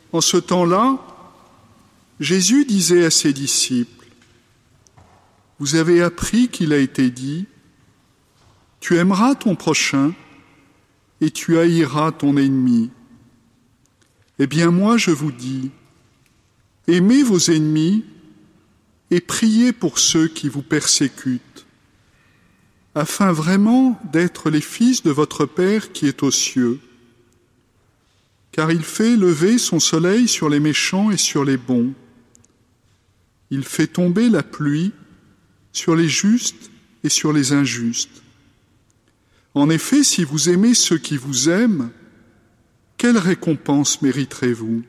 En ce temps-là, Jésus disait à ses disciples, « Vous avez appris qu'il a été dit, tu aimeras ton prochain et tu haïras ton ennemi. Eh bien moi je vous dis, aimez vos ennemis et priez pour ceux qui vous persécutent, afin vraiment d'être les fils de votre Père qui est aux cieux. Car il fait lever son soleil sur les méchants et sur les bons. Il fait tomber la pluie sur les justes et sur les injustes. En effet, si vous aimez ceux qui vous aiment, quelle récompense mériterez-vous?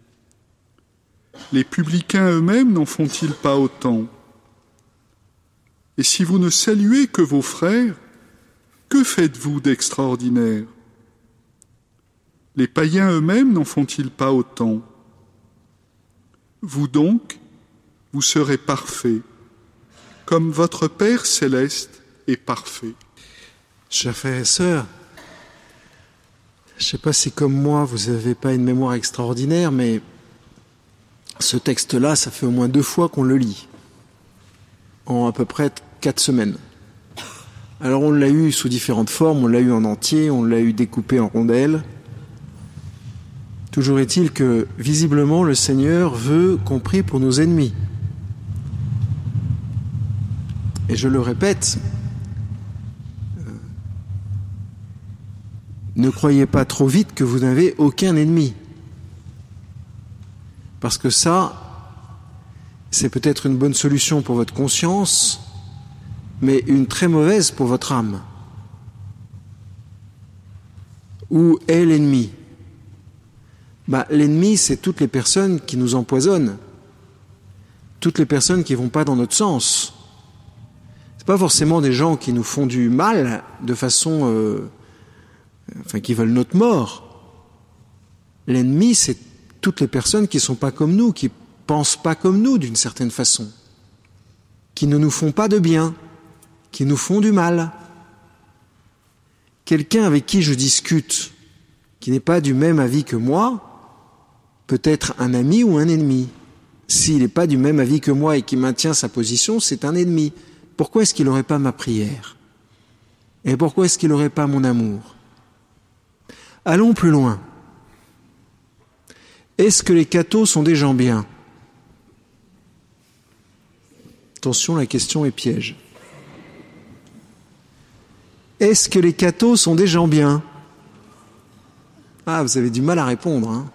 Les publicains eux-mêmes n'en font-ils pas autant? Et si vous ne saluez que vos frères, que faites-vous d'extraordinaire? Les païens eux-mêmes n'en font-ils pas autant? Vous donc, vous serez parfaits, comme votre Père céleste est parfait. » Chers frères et sœurs, je ne sais pas si comme moi vous n'avez pas une mémoire extraordinaire, mais ce texte-là, ça fait au moins 2 fois qu'on le lit, en à peu près 4 semaines. Alors on l'a eu sous différentes formes, on l'a eu en entier, on l'a eu découpé en rondelles. Toujours est-il que, visiblement, le Seigneur veut qu'on prie pour nos ennemis. Et je le répète, ne croyez pas trop vite que vous n'avez aucun ennemi. Parce que ça, c'est peut-être une bonne solution pour votre conscience, mais une très mauvaise pour votre âme. Où est l'ennemi? L'ennemi, c'est toutes les personnes qui nous empoisonnent, toutes les personnes qui ne vont pas dans notre sens. Ce n'est pas forcément des gens qui nous font du mal de façon... qui veulent notre mort. L'ennemi, c'est toutes les personnes qui ne sont pas comme nous, qui ne pensent pas comme nous d'une certaine façon, qui ne nous font pas de bien, qui nous font du mal. Quelqu'un avec qui je discute, qui n'est pas du même avis que moi, peut être un ami ou un ennemi. S'il n'est pas du même avis que moi et qui maintient sa position, c'est un ennemi. Pourquoi est-ce qu'il n'aurait pas ma prière? Et pourquoi est-ce qu'il n'aurait pas mon amour? Allons plus loin. Est-ce que les cathos sont des gens bien? Attention, la question est piège. Est-ce que les cathos sont des gens bien? Ah, vous avez du mal à répondre, hein?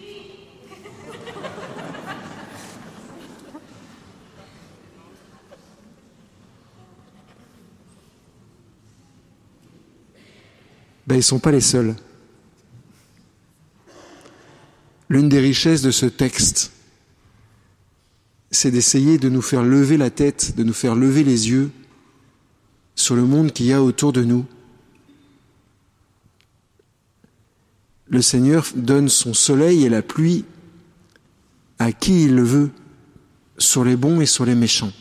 Ils ne sont pas les seuls. L'une des richesses de ce texte, c'est d'essayer de nous faire lever la tête, de nous faire lever les yeux sur le monde qu'il y a autour de nous. Le Seigneur donne son soleil et la pluie à qui il le veut, sur les bons et sur les méchants.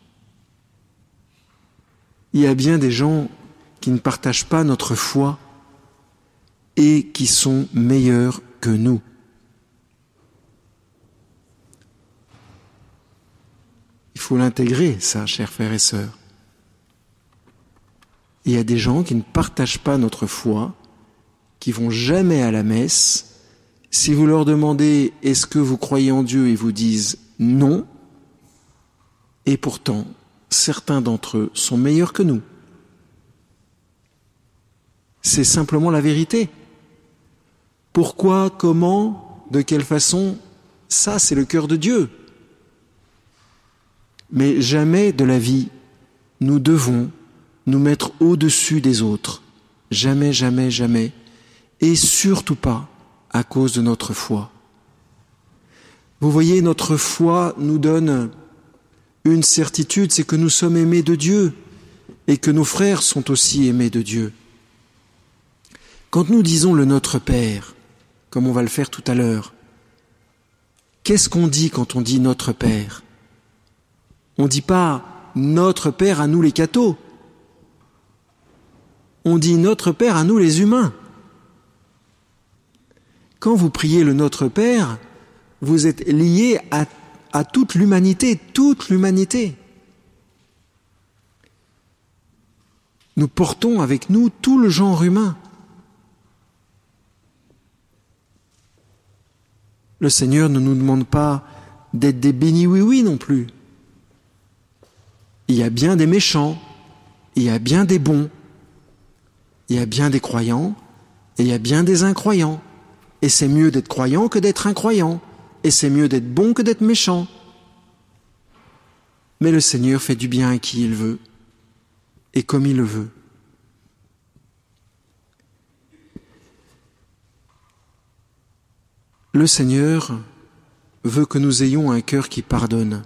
Il y a bien des gens qui ne partagent pas notre foi et qui sont meilleurs que nous. Il faut l'intégrer, ça, chers frères et sœurs. Il y a des gens qui ne partagent pas notre foi, qui vont jamais à la messe. Si vous leur demandez « Est-ce que vous croyez en Dieu ?» ils vous disent « Non ». Et pourtant, certains d'entre eux sont meilleurs que nous. C'est simplement la vérité. Pourquoi, comment, de quelle façon? Ça, c'est le cœur de Dieu. Mais jamais de la vie, nous devons nous mettre au-dessus des autres. Jamais, jamais, jamais. Et surtout pas à cause de notre foi. Vous voyez, notre foi nous donne une certitude, c'est que nous sommes aimés de Dieu et que nos frères sont aussi aimés de Dieu. Quand nous disons le Notre Père, comme on va le faire tout à l'heure, qu'est-ce qu'on dit quand on dit Notre Père? On ne dit pas Notre Père à nous les cathos. On dit Notre Père à nous les humains. Quand vous priez le Notre Père, Vous êtes liés à toute l'humanité, toute l'humanité. Nous portons avec nous tout le genre humain. Le Seigneur ne nous demande pas d'être des bénis oui-oui non plus. Il y a bien des méchants, il y a bien des bons, il y a bien des croyants et il y a bien des incroyants. Et c'est mieux d'être croyant que d'être incroyant. Et c'est mieux d'être bon que d'être méchant. Mais le Seigneur fait du bien à qui il veut et comme il le veut. Le Seigneur veut que nous ayons un cœur qui pardonne.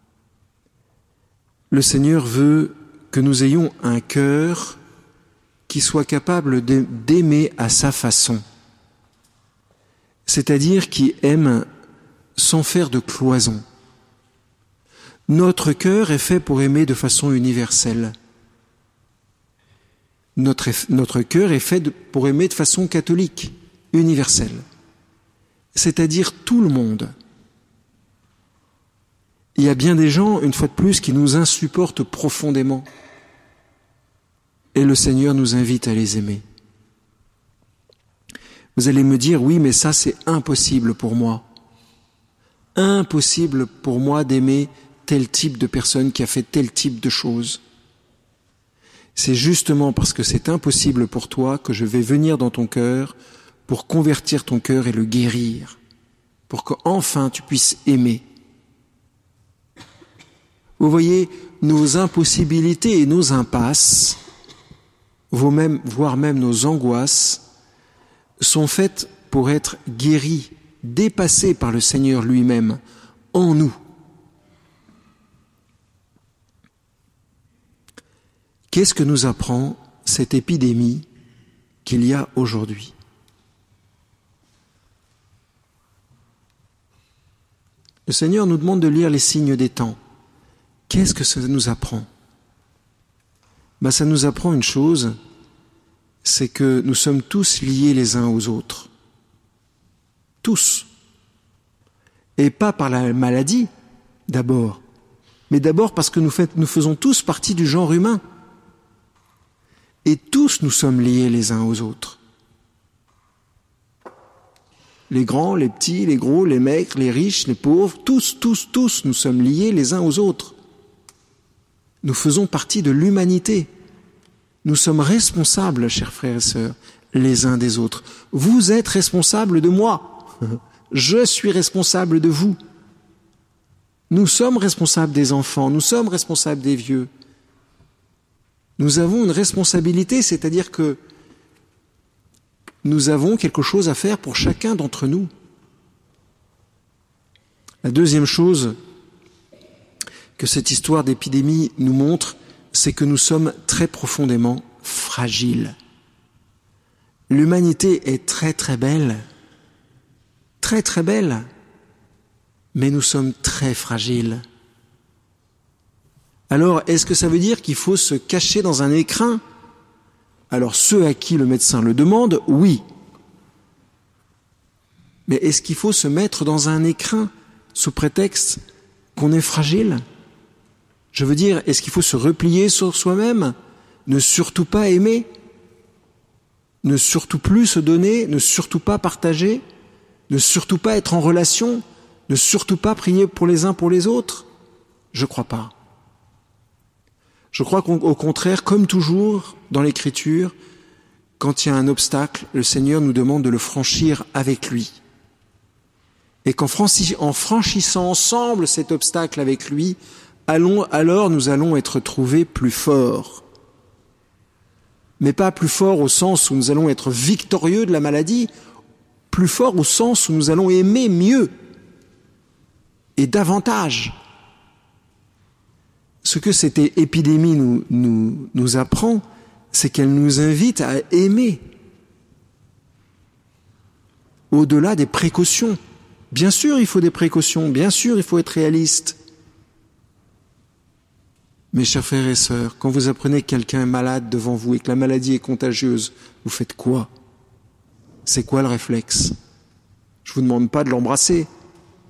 Le Seigneur veut que nous ayons un cœur qui soit capable d'aimer à sa façon, c'est-à-dire qui aime sans faire de cloison. Notre cœur est fait pour aimer de façon universelle. Notre cœur est fait pour aimer de façon catholique, universelle, c'est-à-dire tout le monde. Il y a bien des gens, une fois de plus, qui nous insupportent profondément. Et le Seigneur nous invite à les aimer. Vous allez me dire, oui, mais ça c'est impossible pour moi. Impossible pour moi d'aimer tel type de personne qui a fait tel type de choses. C'est justement parce que c'est impossible pour toi que je vais venir dans ton cœur pour convertir ton cœur et le guérir, pour qu'enfin tu puisses aimer. Vous voyez, nos impossibilités et nos impasses, voire même nos angoisses, sont faites pour être guéries, dépassées par le Seigneur lui-même, en nous. Qu'est-ce que nous apprend cette épidémie qu'il y a aujourd'hui ? Le Seigneur nous demande de lire les signes des temps. Qu'est-ce que ça nous apprend ? Ça nous apprend une chose, c'est que nous sommes tous liés les uns aux autres. Tous. Et pas par la maladie, d'abord, mais d'abord parce que nous faisons tous partie du genre humain. Et tous nous sommes liés les uns aux autres. Les grands, les petits, les gros, les maigres, les riches, les pauvres, tous, nous sommes liés les uns aux autres. Nous faisons partie de l'humanité. Nous sommes responsables, chers frères et sœurs, les uns des autres. Vous êtes responsables de moi. Je suis responsable de vous. Nous sommes responsables des enfants, nous sommes responsables des vieux. Nous avons une responsabilité, c'est-à-dire que nous avons quelque chose à faire pour chacun d'entre nous. La deuxième chose que cette histoire d'épidémie nous montre, c'est que nous sommes très profondément fragiles. L'humanité est très très belle, mais nous sommes très fragiles. Alors, est-ce que ça veut dire qu'il faut se cacher dans un écrin ? Alors, ceux à qui le médecin le demande, oui. Mais est-ce qu'il faut se mettre dans un écrin sous prétexte qu'on est fragile ? Je veux dire, est-ce qu'il faut se replier sur soi-même ? Ne surtout pas aimer ? Ne surtout plus se donner ? Ne surtout pas partager ? Ne surtout pas être en relation ? Ne surtout pas prier pour les uns pour les autres ? Je crois pas. Je crois qu'au contraire, comme toujours dans l'Écriture, quand il y a un obstacle, le Seigneur nous demande de le franchir avec lui. Et qu'en franchissant ensemble cet obstacle avec lui, alors nous allons être trouvés plus forts. Mais pas plus forts au sens où nous allons être victorieux de la maladie, plus forts au sens où nous allons aimer mieux et davantage. Ce que cette épidémie nous apprend, c'est qu'elle nous invite à aimer au-delà des précautions. Bien sûr, il faut des précautions, bien sûr, il faut être réaliste. Mes chers frères et sœurs, quand vous apprenez que quelqu'un est malade devant vous et que la maladie est contagieuse, vous faites quoi ? C'est quoi le réflexe ? Je vous demande pas de l'embrasser.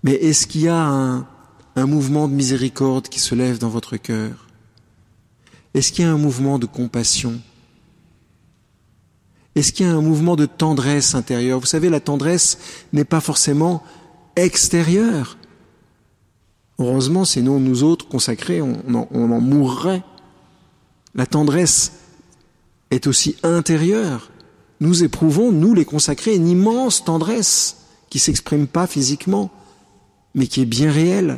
Mais est-ce qu'il y a un mouvement de miséricorde qui se lève dans votre cœur? Est-ce qu'il y a un mouvement de compassion? Est-ce qu'il y a un mouvement de tendresse intérieure? Vous savez, la tendresse n'est pas forcément extérieure. Heureusement, sinon nous autres consacrés, on en mourrait. La tendresse est aussi intérieure. Nous éprouvons, nous les consacrés, une immense tendresse qui ne s'exprime pas physiquement, mais qui est bien réelle.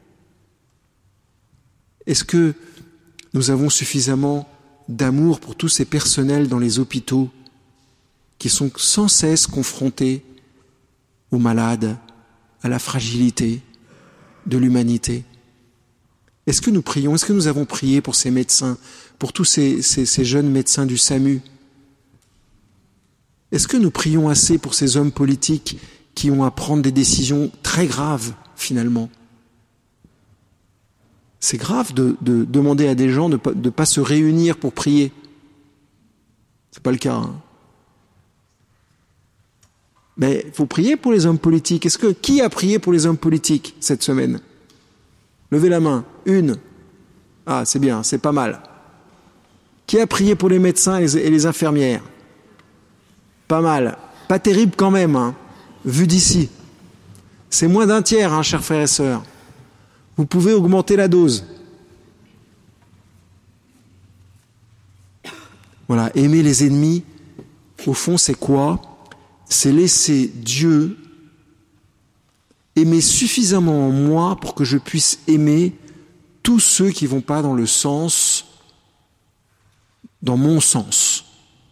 Est-ce que nous avons suffisamment d'amour pour tous ces personnels dans les hôpitaux qui sont sans cesse confrontés aux malades, à la fragilité de l'humanité? Est-ce que nous prions, est-ce que nous avons prié pour ces médecins, pour tous ces jeunes médecins du SAMU? Est-ce que nous prions assez pour ces hommes politiques qui ont à prendre des décisions très graves, finalement? C'est grave de demander à des gens de pas se réunir pour prier. C'est pas le cas, hein. Mais il faut prier pour les hommes politiques. Qui a prié pour les hommes politiques cette semaine? Levez la main. Une. Ah, c'est bien, c'est pas mal. Qui a prié pour les médecins et les infirmières? Pas mal. Pas terrible quand même, hein, vu d'ici. C'est moins d'un tiers, hein, chers frères et sœurs. Vous pouvez augmenter la dose. Voilà, aimer les ennemis, au fond, c'est quoi? C'est laisser Dieu aimer suffisamment en moi pour que je puisse aimer tous ceux qui ne vont pas dans mon sens.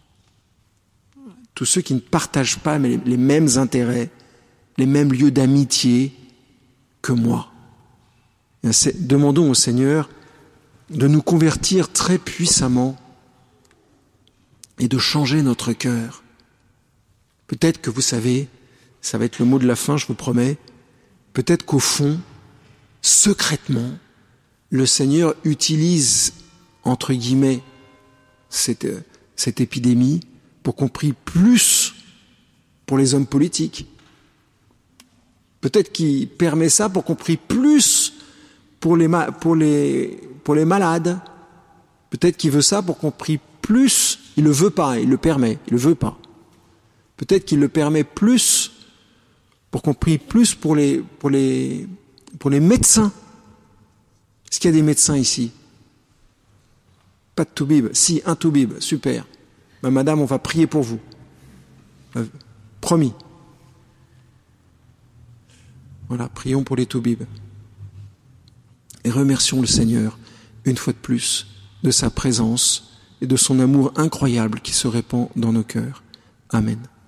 Tous ceux qui ne partagent pas les mêmes intérêts, les mêmes lieux d'amitié que moi. Demandons au Seigneur de nous convertir très puissamment et de changer notre cœur. Peut-être que vous savez, ça va être le mot de la fin, je vous promets, peut-être qu'au fond, secrètement, le Seigneur utilise, entre guillemets, cette épidémie pour qu'on prie plus pour les hommes politiques. Peut-être qu'il permet ça pour qu'on prie plus pour les malades. Peut-être qu'il veut ça pour qu'on prie plus. Il le veut pas, il le permet, il le veut pas. Peut-être qu'il le permet plus pour qu'on prie plus pour les médecins. Est-ce qu'il y a des médecins ici? Pas de toubib. Si, un toubib, super. Ben, madame, on va prier pour vous. Promis. Voilà, prions pour les toubibs. Et remercions le Seigneur, une fois de plus, de sa présence et de son amour incroyable qui se répand dans nos cœurs. Amen.